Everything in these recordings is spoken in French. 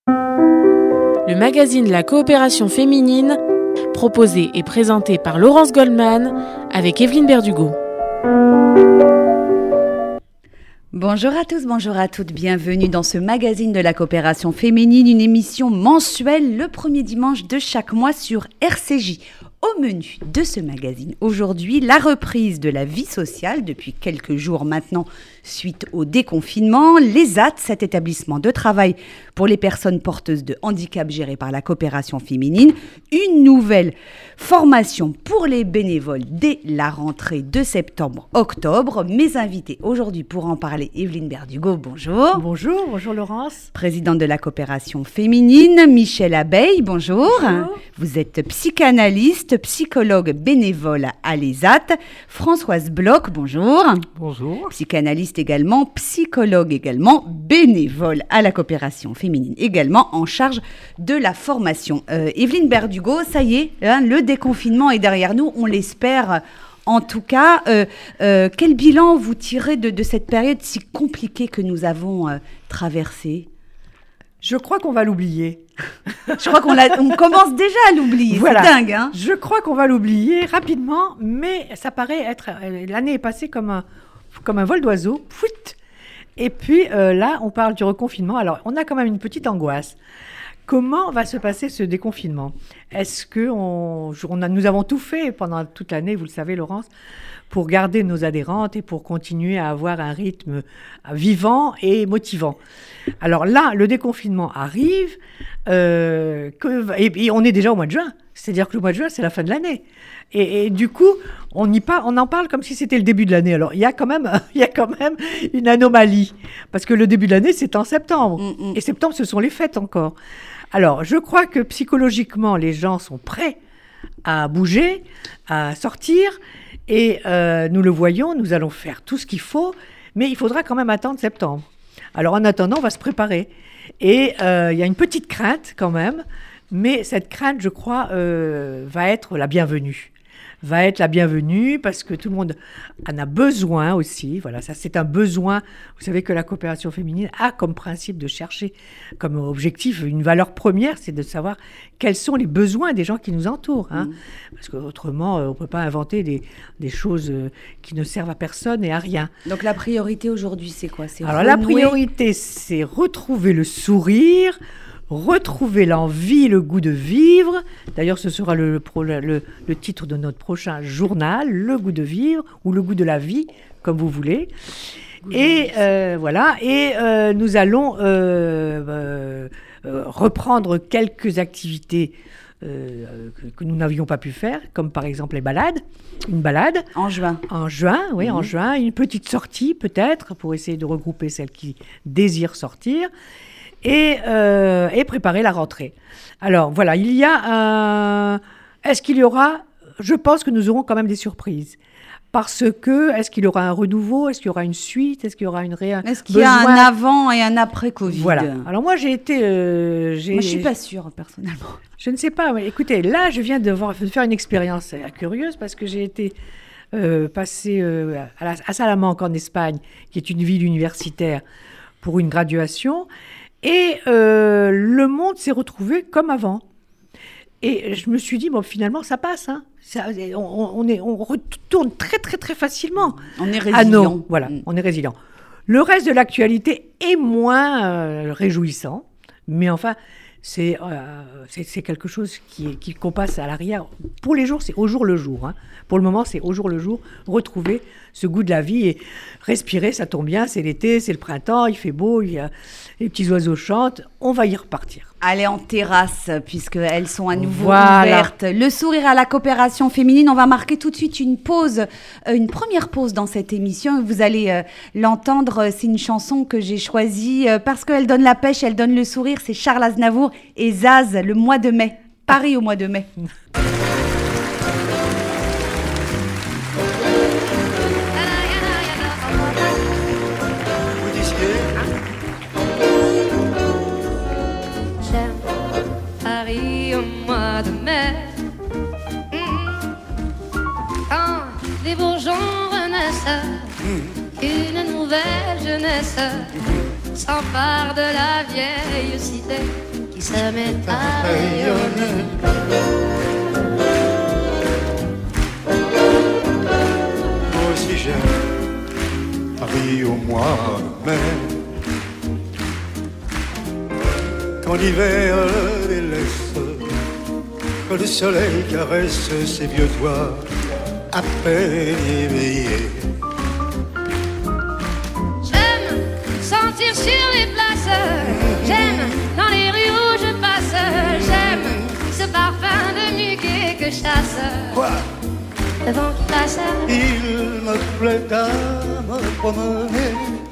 Le magazine de la coopération féminine, proposé et présenté par Laurence Goldman avec Evelyne Berdugo. Bonjour à tous, bonjour à toutes, bienvenue dans ce magazine de la coopération féminine, une émission mensuelle le premier dimanche de chaque mois sur RCJ. Au menu de ce magazine, aujourd'hui, la reprise de la vie sociale depuis quelques jours maintenant suite au déconfinement, l'ESAT, cet établissement de travail pour les personnes porteuses de handicap géré par la coopération féminine, une nouvelle formation pour les bénévoles dès la rentrée de septembre-octobre. Mes invités aujourd'hui pour en parler, Evelyne Berdugo, bonjour. Bonjour Laurence. Présidente de la coopération féminine, Michel Abeille, bonjour. Vous êtes psychanalyste, psychologue bénévole à l'ESAT. Françoise Bloch, bonjour. Bonjour. Psychanalyste également, psychologue également, bénévole à la coopération féminine, également en charge de la formation. Evelyne Berdugo, ça y est, le déconfinement est derrière nous, on l'espère. En tout cas, quel bilan vous tirez de cette période si compliquée que nous avons traversée ? Je crois qu'on va l'oublier. Je crois qu'on commence déjà à l'oublier. Voilà. C'est dingue, hein ? Je crois qu'on va l'oublier rapidement, mais ça paraît être... L'année est passée comme un vol d'oiseau. Et puis là, on parle du reconfinement. Alors, on a quand même une petite angoisse. Comment va se passer ce déconfinement ? Est-ce que nous avons tout fait pendant toute l'année, vous le savez, Laurence, pour garder nos adhérentes et pour continuer à avoir un rythme vivant et motivant. Alors là, le déconfinement arrive, et on est déjà au mois de juin. C'est-à-dire que le mois de juin, c'est la fin de l'année. Et du coup, on en parle comme si c'était le début de l'année. Alors, il y a quand même une anomalie. Parce que le début de l'année, c'est en septembre. Et septembre, ce sont les fêtes encore. Alors, je crois que psychologiquement, les gens sont prêts à bouger, à sortir. Et nous le voyons, nous allons faire tout ce qu'il faut. Mais il faudra quand même attendre septembre. Alors, en attendant, on va se préparer. Et il y a une petite crainte quand même. Mais cette crainte, je crois, va être la bienvenue. Parce que tout le monde en a besoin aussi. Voilà, ça c'est un besoin. Vous savez que la coopération féminine a comme principe de chercher, comme objectif, une valeur première, c'est de savoir quels sont les besoins des gens qui nous entourent. Hein. Parce qu'autrement, on ne peut pas inventer des choses qui ne servent à personne et à rien. Donc la priorité aujourd'hui, c'est quoi ? Alors la priorité, c'est retrouver le sourire, retrouver l'envie, le goût de vivre. D'ailleurs, ce sera le titre de notre prochain journal, le goût de vivre ou le goût de la vie, comme vous voulez. Et voilà. Et nous allons reprendre quelques activités que nous n'avions pas pu faire, comme par exemple une balade. En juin. En juin. Une petite sortie peut-être, pour essayer de regrouper celles qui désirent sortir. Et préparer la rentrée. Alors, voilà, est-ce qu'il y aura... Je pense que nous aurons quand même des surprises. Parce que, est-ce qu'il y aura un renouveau ? Est-ce qu'il y aura une suite ? Est-ce qu'il y aura Est-ce qu'il y a un avant et un après Covid ? Voilà. Alors moi, moi, je suis pas sûre, personnellement. Je ne sais pas. Mais écoutez, là, je viens de faire une expérience curieuse parce que j'ai été passée à Salamanque, en Espagne, qui est une ville universitaire, pour une graduation. Et le monde s'est retrouvé comme avant. Et je me suis dit, bon, finalement, ça passe. Hein. On retourne très, très, très facilement. On est résilient. Voilà, on est résilient. Le reste de l'actualité est moins réjouissant. Mais enfin, c'est quelque chose qu'on passe à l'arrière. Pour les jours, c'est au jour le jour. Hein. Pour le moment, c'est au jour le jour. Retrouver ce goût de la vie et respirer, ça tombe bien. C'est l'été, c'est le printemps, il fait beau, les petits oiseaux chantent. On va y repartir. Aller en terrasse, puisqu'elles sont à nouveau ouvertes. Le sourire à la coopération féminine. On va marquer tout de suite une pause, une première pause dans cette émission. Vous allez l'entendre. C'est une chanson que j'ai choisie parce qu'elle donne la pêche, elle donne le sourire. C'est Charles Aznavour et Zaz, le mois de mai. Paris au mois de mai. Paris au mois de mai, quand les bourgeons renaissent, une nouvelle jeunesse s'empare de la vieille cité. se met à rayonner. Moi aussi j'aime Paris au mois de mai, quand l'hiver délaisse, que le soleil caresse ses vieux doigts à peine éveillés. J'aime sentir sur les places, j'aime dans les rues où je passe, j'aime ce parfum de muguet que chasse. Quoi? Le vent qui passe. Il me plaît à me promener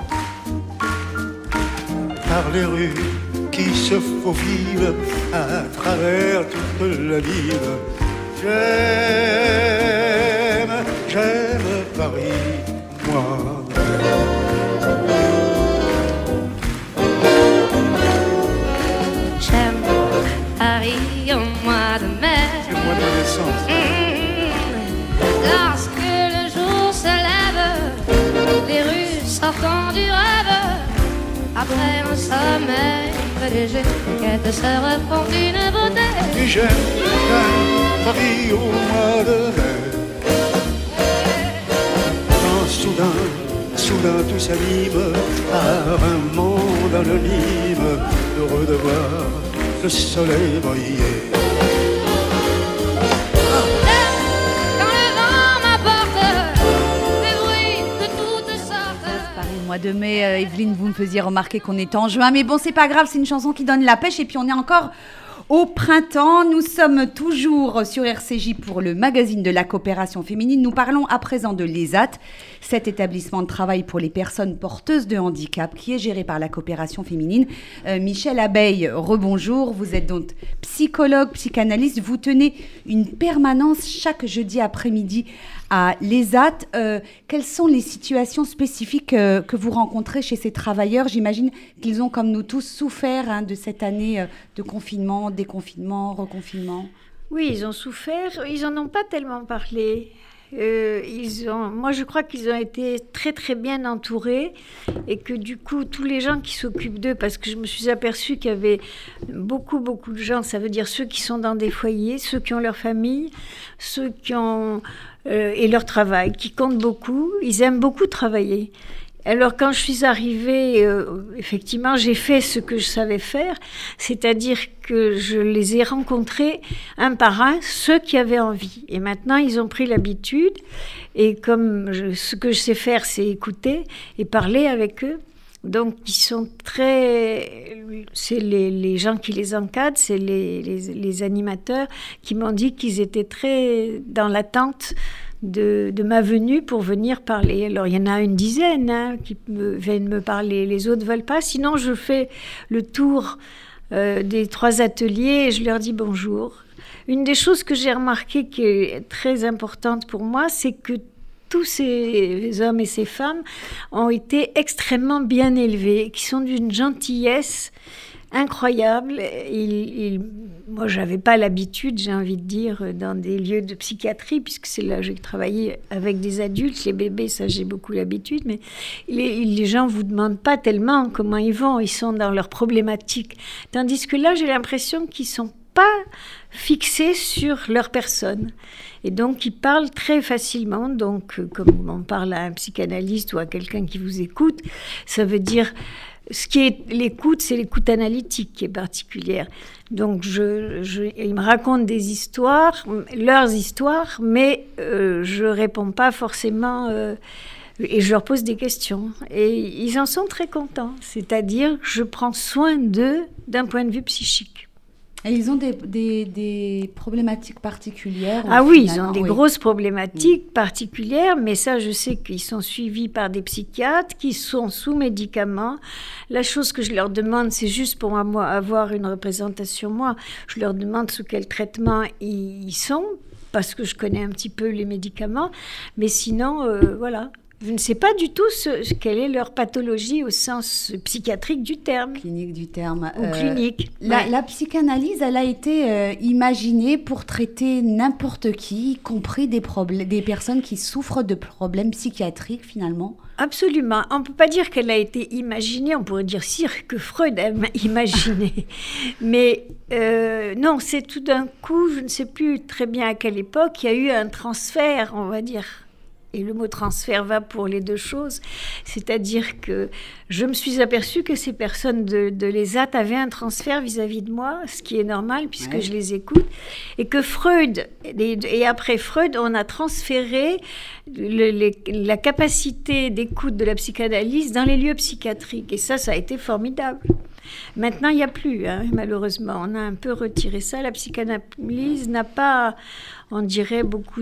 par les rues qui se faufilent à travers toute la ville. J'aime Paris, moi. J'aime Paris au mois de mai. C'est le mois de naissance. Lorsque le jour se lève, les rues sortant du rêve, après un sommeil léger, qu'elles se refont une beauté. Et j'aime Paris au mois de mai, quand soudain tout s'anime par un monde anonyme, heureux de voir le soleil briller. Mois de mai, Evelyne, vous me faisiez remarquer qu'on est en juin, mais bon, c'est pas grave, c'est une chanson qui donne la pêche et puis on est encore au printemps. Nous sommes toujours sur RCJ pour le magazine de la coopération féminine. Nous parlons à présent de l'ESAT, cet établissement de travail pour les personnes porteuses de handicap qui est géré par la coopération féminine. Michel Abeille, rebonjour, vous êtes donc psychologue, psychanalyste, vous tenez une permanence chaque jeudi après-midi à l'ESAT. Quelles sont les situations spécifiques que vous rencontrez chez ces travailleurs? J'imagine qu'ils ont, comme nous tous, souffert de cette année de confinement, déconfinement, reconfinement. Oui, ils ont souffert. Ils n'en ont pas tellement parlé. Moi, je crois qu'ils ont été très, très bien entourés et que du coup, tous les gens qui s'occupent d'eux, parce que je me suis aperçue qu'il y avait beaucoup, beaucoup de gens, ça veut dire ceux qui sont dans des foyers, ceux qui ont leur famille, ceux qui ont... et leur travail, qui compte beaucoup. Ils aiment beaucoup travailler. Alors, quand je suis arrivée, effectivement, j'ai fait ce que je savais faire, c'est-à-dire que je les ai rencontrés un par un, ceux qui avaient envie. Et maintenant, ils ont pris l'habitude. Et comme ce que je sais faire, c'est écouter et parler avec eux. Donc, ils sont très... C'est les gens qui les encadrent, c'est les animateurs qui m'ont dit qu'ils étaient très dans l'attente de ma venue pour venir parler. Alors, il y en a une dizaine qui viennent me parler. Les autres ne veulent pas. Sinon, je fais le tour des 3 ateliers et je leur dis bonjour. Une des choses que j'ai remarquées qui est très importante pour moi, c'est que tous ces hommes et ces femmes ont été extrêmement bien élevés, qui sont d'une gentillesse incroyable. Moi, je n'avais pas l'habitude, j'ai envie de dire, dans des lieux de psychiatrie, puisque c'est là que j'ai travaillé avec des adultes. Les bébés, ça, j'ai beaucoup l'habitude, mais les gens ne vous demandent pas tellement comment ils vont, ils sont dans leurs problématiques. Tandis que là, j'ai l'impression qu'ils ne sont pas fixés sur leur personne. Et donc, ils parlent très facilement. Donc, comme on parle à un psychanalyste ou à quelqu'un qui vous écoute, ça veut dire... Ce qui est l'écoute, c'est l'écoute analytique qui est particulière. Donc, ils me racontent des histoires, leurs histoires, mais je réponds pas forcément et je leur pose des questions. Et ils en sont très contents. C'est-à-dire que je prends soin d'eux d'un point de vue psychique. Et ils ont des problématiques particulières? Ah oui, ils ont des grosses problématiques particulières, mais ça, je sais qu'ils sont suivis par des psychiatres, qui sont sous médicaments. La chose que je leur demande, c'est juste pour moi avoir une représentation, moi. Je leur demande sous quel traitement ils sont, parce que je connais un petit peu les médicaments. Mais sinon, voilà. Je ne sais pas du tout quelle est leur pathologie au sens psychiatrique du terme. Clinique du terme. Ou clinique. La psychanalyse, elle a été imaginée pour traiter n'importe qui, y compris des personnes qui souffrent de problèmes psychiatriques finalement. Absolument. On ne peut pas dire qu'elle a été imaginée, on pourrait dire que Freud a imaginé. Mais non, c'est tout d'un coup, je ne sais plus très bien à quelle époque, il y a eu un transfert, on va dire. Et le mot transfert va pour les deux choses. C'est-à-dire que je me suis aperçue que ces personnes de l'ESAT avaient un transfert vis-à-vis de moi, ce qui est normal puisque je les écoute. Et que Freud, et après Freud, on a transféré la capacité d'écoute de la psychanalyse dans les lieux psychiatriques. Et ça a été formidable. Maintenant, il n'y a plus, malheureusement. On a un peu retiré ça. La psychanalyse n'a pas, on dirait, beaucoup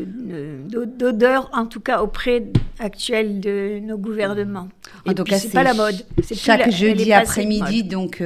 d'odeur, en tout cas auprès actuel de nos gouvernements. En tout cas, c'est pas la mode. Chaque jeudi après-midi, donc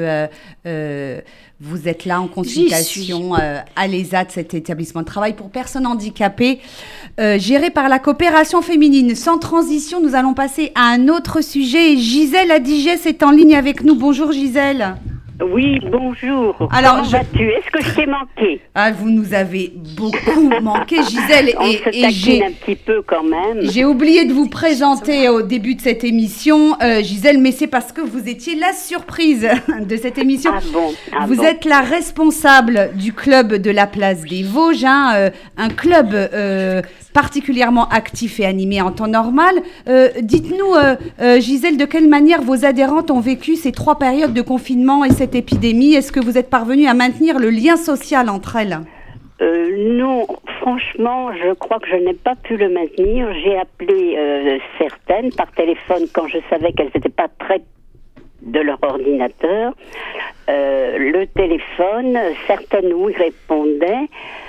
vous êtes là en consultation à l'ESAT, cet établissement de travail pour personnes handicapées, géré par la coopération féminine. Sans transition, nous allons passer à un autre sujet. Gisèle Adigès est en ligne avec nous. Bonjour Gisèle. Oui, bonjour. Alors, comment vas-tu? Est-ce que je t'ai manqué? Ah, vous nous avez beaucoup manqué, Gisèle. On se taquine un petit peu quand même. J'ai oublié de vous présenter au début de cette émission, Gisèle, mais c'est parce que vous étiez la surprise de cette émission. Vous êtes la responsable du club de la place des Vosges, un club particulièrement actif et animé en temps normal. Dites-nous, Gisèle, de quelle manière vos adhérentes ont vécu ces 3 périodes de confinement et cette épidémie? Est-ce que vous êtes parvenue à maintenir le lien social entre elles? Non, franchement, je crois que je n'ai pas pu le maintenir. J'ai appelé certaines par téléphone quand je savais qu'elles n'étaient pas très de leur ordinateur. Le téléphone, certaines oui répondaient.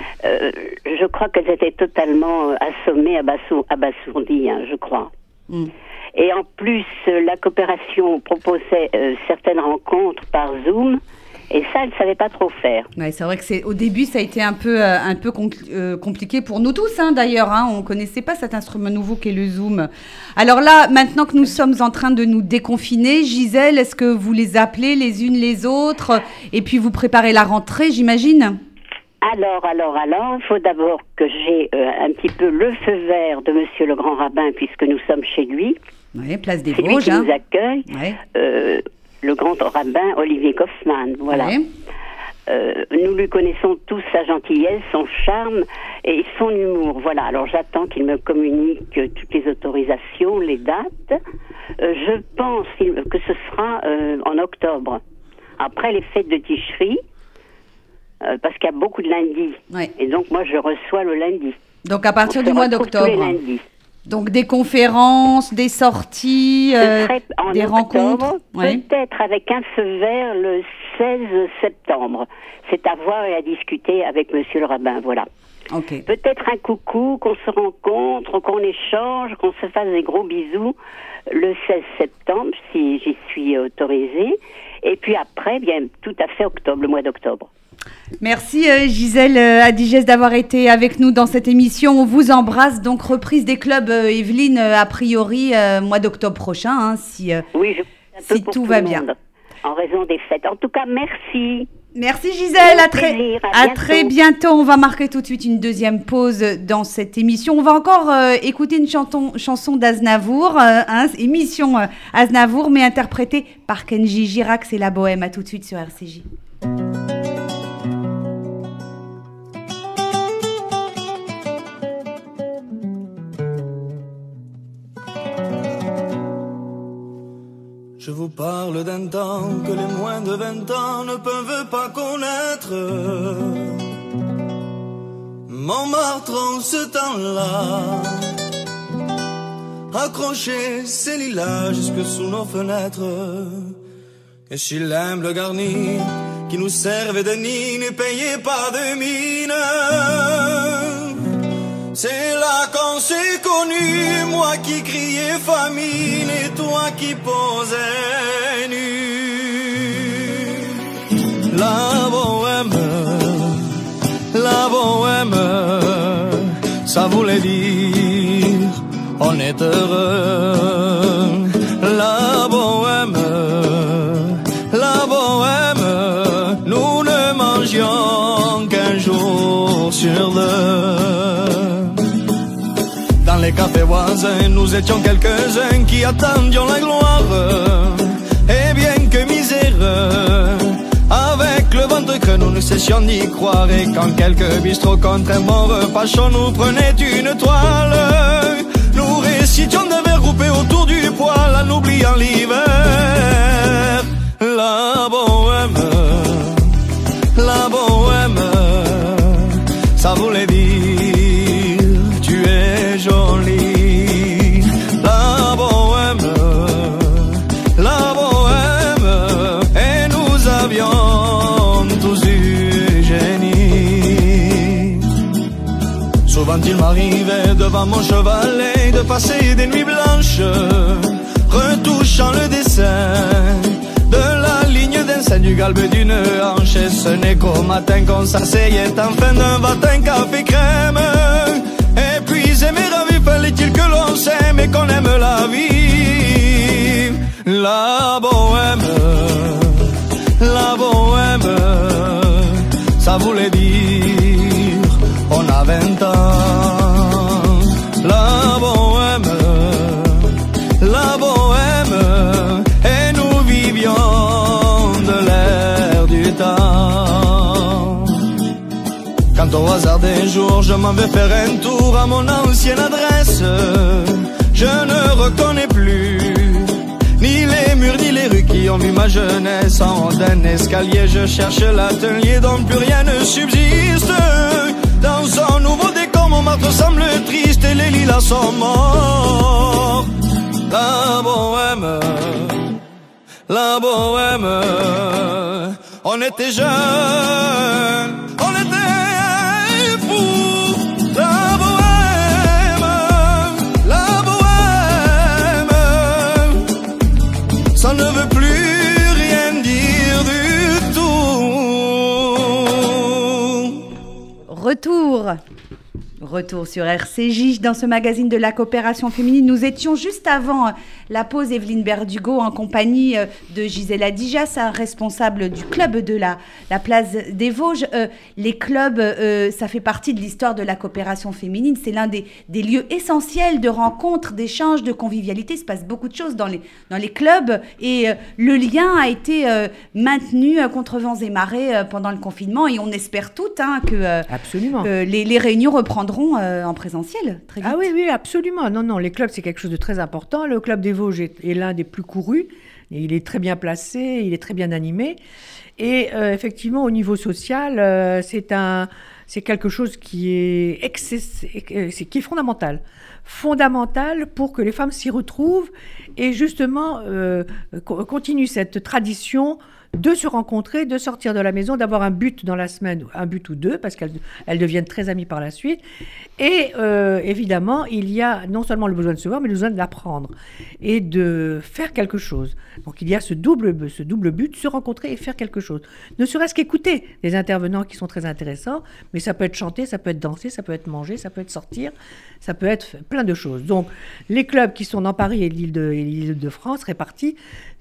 Je crois qu'elles étaient totalement assommées, abasourdies, je crois. Et en plus, la coopération proposait certaines rencontres par Zoom. Et ça, elle ne savait pas trop faire. Ouais, c'est vrai que au début, ça a été un peu compliqué pour nous tous, d'ailleurs. On ne connaissait pas cet instrument nouveau qu'est le Zoom. Alors là, maintenant que nous sommes en train de nous déconfiner, Gisèle, est-ce que vous les appelez les unes les autres et puis vous préparez la rentrée, j'imagine? Alors, il faut d'abord que j'ai un petit peu le feu vert de Monsieur le Grand Rabbin, puisque nous sommes chez lui. Oui, place des Vosges. C'est lui qui nous accueille. Ouais. Le grand rabbin Olivier Kaufmann, voilà. Ouais. Nous lui connaissons tous sa gentillesse, son charme et son humour. Voilà, alors j'attends qu'il me communique toutes les autorisations, les dates. Je pense que ce sera en octobre, après les fêtes de Ticherie, parce qu'il y a beaucoup de lundis. Ouais. Et donc moi je reçois le lundi. Donc à partir du mois d'octobre. Tous les lundis. Donc des conférences, des sorties, des rencontres. Peut-être avec un feu vert le 16 septembre. C'est à voir et à discuter avec Monsieur le Rabbin, voilà. Okay. Peut-être un coucou, qu'on se rencontre, qu'on échange, qu'on se fasse des gros bisous le 16 septembre, si j'y suis autorisée. Et puis après, bien tout à fait octobre, le mois d'octobre. Merci Gisèle Adigès d'avoir été avec nous dans cette émission. On vous embrasse. Donc reprise des clubs, Evelyne, a priori mois d'octobre prochain, si tout va bien. En raison des fêtes. En tout cas, merci. Merci Gisèle, à très bientôt. On va marquer tout de suite une deuxième pause dans cette émission. On va encore écouter une chanson d'Aznavour, émission Aznavour, mais interprétée par Kenji Girac, c'est La Bohème. À tout de suite sur RCJ. Je vous parle d'un temps que les moins de 20 ans ne peuvent pas connaître. Montmartre en ce temps-là, accrocher ses lilas jusque sous nos fenêtres. Et si l'humble garni qui nous servait de nid ne payait pas de mine, c'est là qu'on s'est connus, moi qui criais famine et toi qui posais nu. La bohème, ça voulait dire on est heureux. La bohème, nous ne mangions qu'un jour sur deux. Dans les cafés voisins, nous étions quelques-uns qui attendions la gloire. Et bien que misère, avec le ventre creux, nous ne cessions d'y croire. Et quand quelques bistrots contre un bon repas chaud nous prenaient une toile, nous récitions des vers groupés autour du poêle en oubliant l'hiver. La bohème, ça voulait dire tu es jolie. La bohème, et nous avions tous du génie. Souvent il m'arrivait devant mon chevalet de passer des nuits blanches, retouchant le dessin de la ligne d'un sein du galbe d'une hanche. Et ce n'est qu'au matin qu'on s'asseyait enfin d'un matin café crème. Et puis aimer la vie, fallait-il que l'on s'aime et qu'on aime la vie. La bohème, ça voulait dire on a 20 ans. La bohème, et nous vivions de l'air du temps. Quand au hasard des jours je m'en vais faire un tour à mon ancienne adresse, je ne reconnais plus ni les murs ni les rues qui ont vu ma jeunesse. En haut d'un escalier je cherche l'atelier dont plus rien ne subsiste. Dans son nouveau décor Montmartre semble triste et les lilas sont morts. La bohème, on était jeunes, on était fous. La bohème, ça ne veut plus rien dire du tout. Retour sur RCJ dans ce magazine de la coopération féminine. Nous étions juste avant la pause Evelyne Berdugo en compagnie de Gisela Dijas, responsable du club de la place des Vosges. Les clubs, ça fait partie de l'histoire de la coopération féminine. C'est l'un des lieux essentiels de rencontres, d'échanges, de convivialité. Il se passe beaucoup de choses dans les clubs et le lien a été maintenu contre vents et marées pendant le confinement et on espère toutes que les réunions reprendront en présentiel très vite. Ah oui, absolument. Non, les clubs, c'est quelque chose de très important. Le club des Vosges est l'un des plus courus. Et il est très bien placé, il est très bien animé. Et effectivement, au niveau social, c'est quelque chose qui est fondamental. Fondamental pour que les femmes s'y retrouvent et justement continuent cette tradition de se rencontrer, de sortir de la maison, d'avoir un but dans la semaine, un but ou deux, parce qu'elles deviennent très amies par la suite. Et évidemment, il y a non seulement le besoin de se voir, mais le besoin d'apprendre et de faire quelque chose. Donc il y a ce double but, se rencontrer et faire quelque chose. Ne serait-ce qu'écouter les intervenants qui sont très intéressants, mais ça peut être chanter, ça peut être danser, ça peut être manger, ça peut être sortir, ça peut être plein de choses. Donc les clubs qui sont dans Paris et l'Île-de-France répartis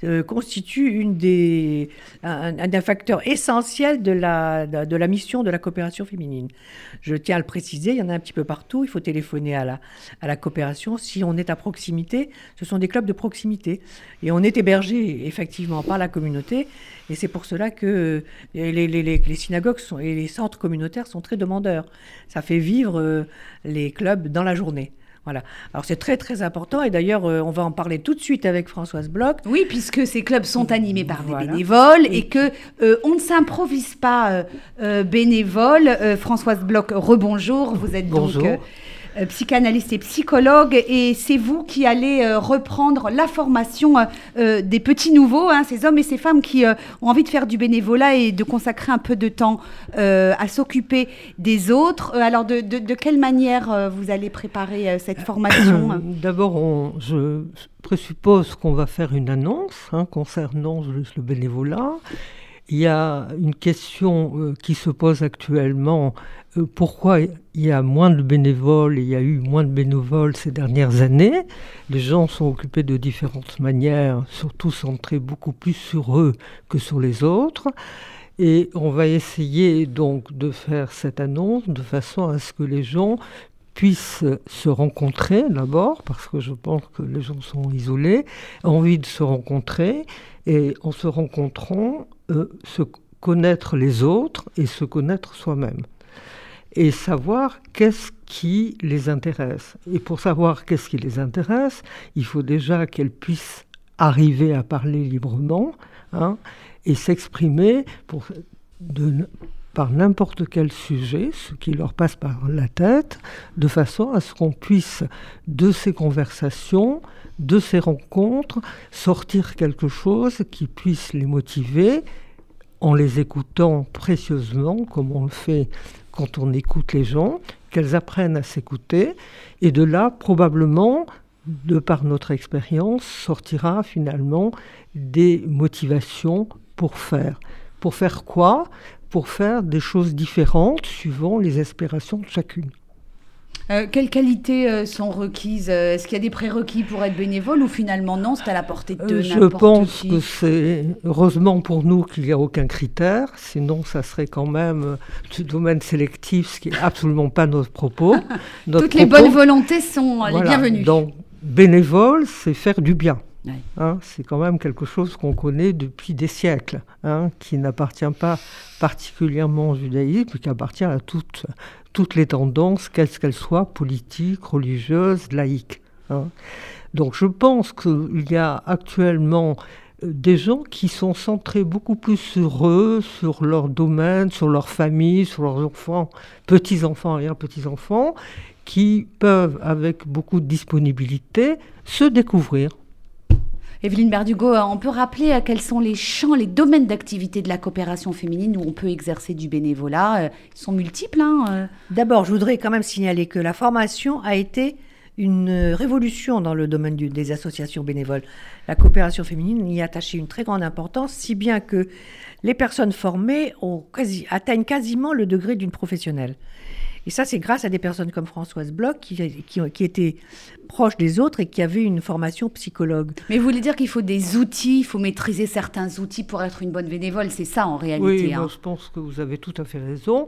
constituent un facteur essentiel de la mission de la coopération féminine. Je tiens à le préciser, il y en a un petit peu partout, il faut téléphoner à la coopération. Si on est à proximité, ce sont des clubs de proximité. Et on est hébergé effectivement par la communauté, et c'est pour cela que les synagogues et les centres communautaires sont très demandeurs. Ça fait vivre les clubs dans la journée. Voilà. Alors c'est très très important et d'ailleurs on va en parler tout de suite avec Françoise Bloch. Oui, puisque ces clubs sont animés par des bénévoles et que on ne s'improvise pas bénévole. Françoise Bloch, rebonjour. Vous êtes donc psychanalyste et psychologue et c'est vous qui allez reprendre la formation des petits nouveaux, ces hommes et ces femmes qui ont envie de faire du bénévolat et de consacrer un peu de temps à s'occuper des autres. Alors de quelle manière vous allez préparer cette formation ? D'abord, je présuppose qu'on va faire une annonce concernant le bénévolat. il y a une question qui se pose actuellement. Pourquoi il y a moins de bénévoles et il y a eu moins de bénévoles ces dernières années? Les gens sont occupés de différentes manières, surtout centrés beaucoup plus sur eux que sur les autres. Et on va essayer donc de faire cette annonce de façon à ce que les gens puissent se rencontrer d'abord, parce que je pense que les gens sont isolés, ont envie de se rencontrer, et en se rencontrant, se connaître les autres et se connaître soi-même. Et savoir qu'est-ce qui les intéresse. Et pour savoir qu'est-ce qui les intéresse, il faut déjà qu'elles puissent arriver à parler librement, et s'exprimer par n'importe quel sujet, ce qui leur passe par la tête, de façon à ce qu'on puisse, de ces conversations, de ces rencontres, sortir quelque chose qui puisse les motiver, en les écoutant précieusement, comme on le fait quand on écoute les gens, qu'elles apprennent à s'écouter, et de là, probablement, de par notre expérience, sortira finalement des motivations pour faire. Pour faire quoi? Pour faire des choses différentes suivant les aspirations de chacune. Quelles qualités sont requises? Est-ce qu'il y a des prérequis pour être bénévole ou finalement non, c'est à la portée de n'importe qui? Je pense que c'est heureusement pour nous qu'il n'y a aucun critère, sinon ça serait quand même du domaine sélectif, ce qui n'est absolument pas notre propos. Les bonnes volontés sont les bienvenues. Donc bénévole, c'est faire du bien. Oui. C'est quand même quelque chose qu'on connaît depuis des siècles, qui n'appartient pas particulièrement au judaïsme, mais qui appartient à toutes les tendances, quelles qu'elles soient, politiques, religieuses, laïques. Donc je pense qu'il y a actuellement des gens qui sont centrés beaucoup plus sur eux, sur leur domaine, sur leur famille, sur leurs enfants, petits-enfants et petits-enfants, qui peuvent, avec beaucoup de disponibilité, se découvrir. Evelyne Berdugo, on peut rappeler quels sont les champs, les domaines d'activité de la coopération féminine où on peut exercer du bénévolat? Ils sont multiples. D'abord, je voudrais quand même signaler que la formation a été une révolution dans le domaine des associations bénévoles. La coopération féminine y a attaché une très grande importance, si bien que les personnes formées atteignent quasiment le degré d'une professionnelle. Et ça, c'est grâce à des personnes comme Françoise Bloch, qui étaient proches des autres et qui avaient une formation psychologue. Mais vous voulez dire qu'il faut des outils, il faut maîtriser certains outils pour être une bonne bénévole, c'est ça en réalité? Oui, moi, je pense que vous avez tout à fait raison.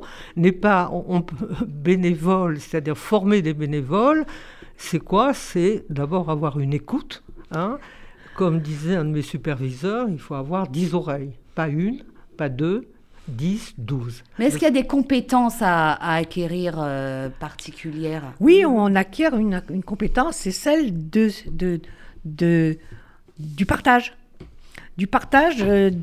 Bénévole, c'est-à-dire former des bénévoles, c'est quoi? C'est d'abord avoir une écoute. Comme disait un de mes superviseurs, il faut avoir 10 oreilles. Pas une, pas deux, 10, 12. Mais est-ce qu'il y a des compétences à acquérir particulières? Oui, on acquiert une compétence, c'est celle du partage. Du partage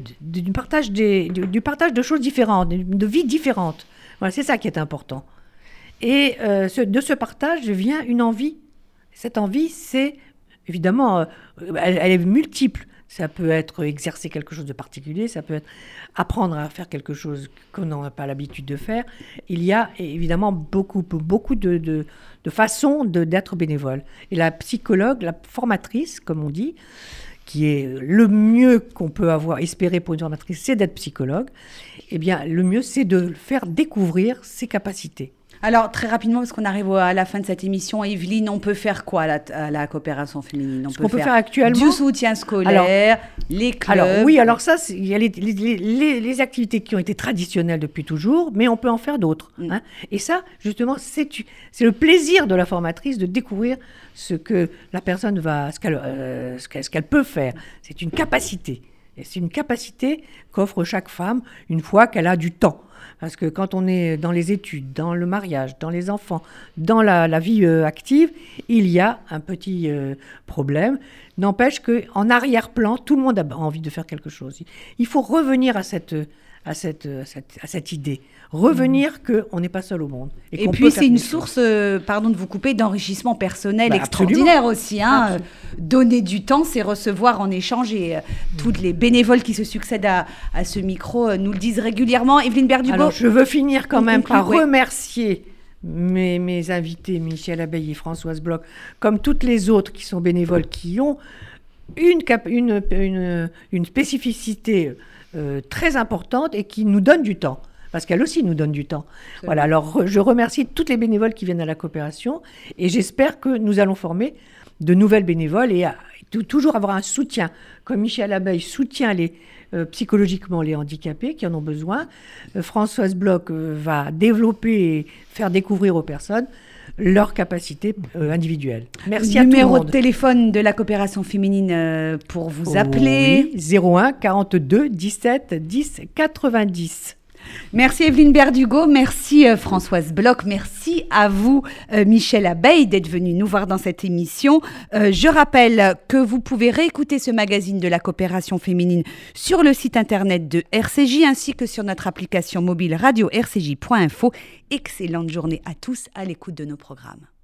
de choses différentes, de vies différentes. Voilà, c'est ça qui est important. Et de ce partage vient une envie. Cette envie, c'est évidemment, elle est multiple. Ça peut être exercer quelque chose de particulier, ça peut être apprendre à faire quelque chose qu'on n'a pas l'habitude de faire. Il y a évidemment beaucoup de façons d'être bénévole. Et la psychologue, la formatrice, comme on dit, qui est le mieux qu'on peut espérer pour une formatrice, c'est d'être psychologue. Eh bien, le mieux, c'est de faire découvrir ses capacités. Alors, très rapidement, parce qu'on arrive à la fin de cette émission, Evelyne, on peut faire quoi à la coopération féminine? On peut faire actuellement du soutien scolaire, les clubs. Alors ça, il y a les activités qui ont été traditionnelles depuis toujours, mais on peut en faire d'autres. Et ça, justement, c'est le plaisir de la formatrice de découvrir ce que la personne ce qu'elle peut faire. C'est une capacité. Et c'est une capacité qu'offre chaque femme une fois qu'elle a du temps. Parce que quand on est dans les études, dans le mariage, dans les enfants, dans la vie active, il y a un petit problème. N'empêche qu'en arrière-plan, tout le monde a envie de faire quelque chose. Il faut revenir à cette idée. Revenir qu'on n'est pas seul au monde. Et puis c'est une source, pardon de vous couper, d'enrichissement personnel extraordinaire aussi. Donner du temps, c'est recevoir en échange. Et toutes les bénévoles qui se succèdent à ce micro nous le disent régulièrement. Evelyne Berdugo. Alors je veux finir quand même par remercier mes invités, Michel Abeille et Françoise Bloch, comme toutes les autres qui sont bénévoles, qui ont une spécificité très importante et qui nous donne du temps. Parce qu'elle aussi nous donne du temps. Voilà, alors je remercie toutes les bénévoles qui viennent à la coopération et j'espère que nous allons former de nouvelles bénévoles et toujours avoir un soutien. Comme Michel Abeille soutient psychologiquement les handicapés qui en ont besoin, Françoise Bloch va développer et faire découvrir aux personnes leurs capacités individuelles. Merci à tout le monde. Numéro de téléphone de la coopération féminine pour vous appeler. Oui, 01 42 17 10 90. Merci Evelyne Berdugo, merci Françoise Bloch, merci à vous Michel Abeille d'être venu nous voir dans cette émission. Je rappelle que vous pouvez réécouter ce magazine de la coopération féminine sur le site internet de RCJ ainsi que sur notre application mobile radio rcj.info. Excellente journée à tous à l'écoute de nos programmes.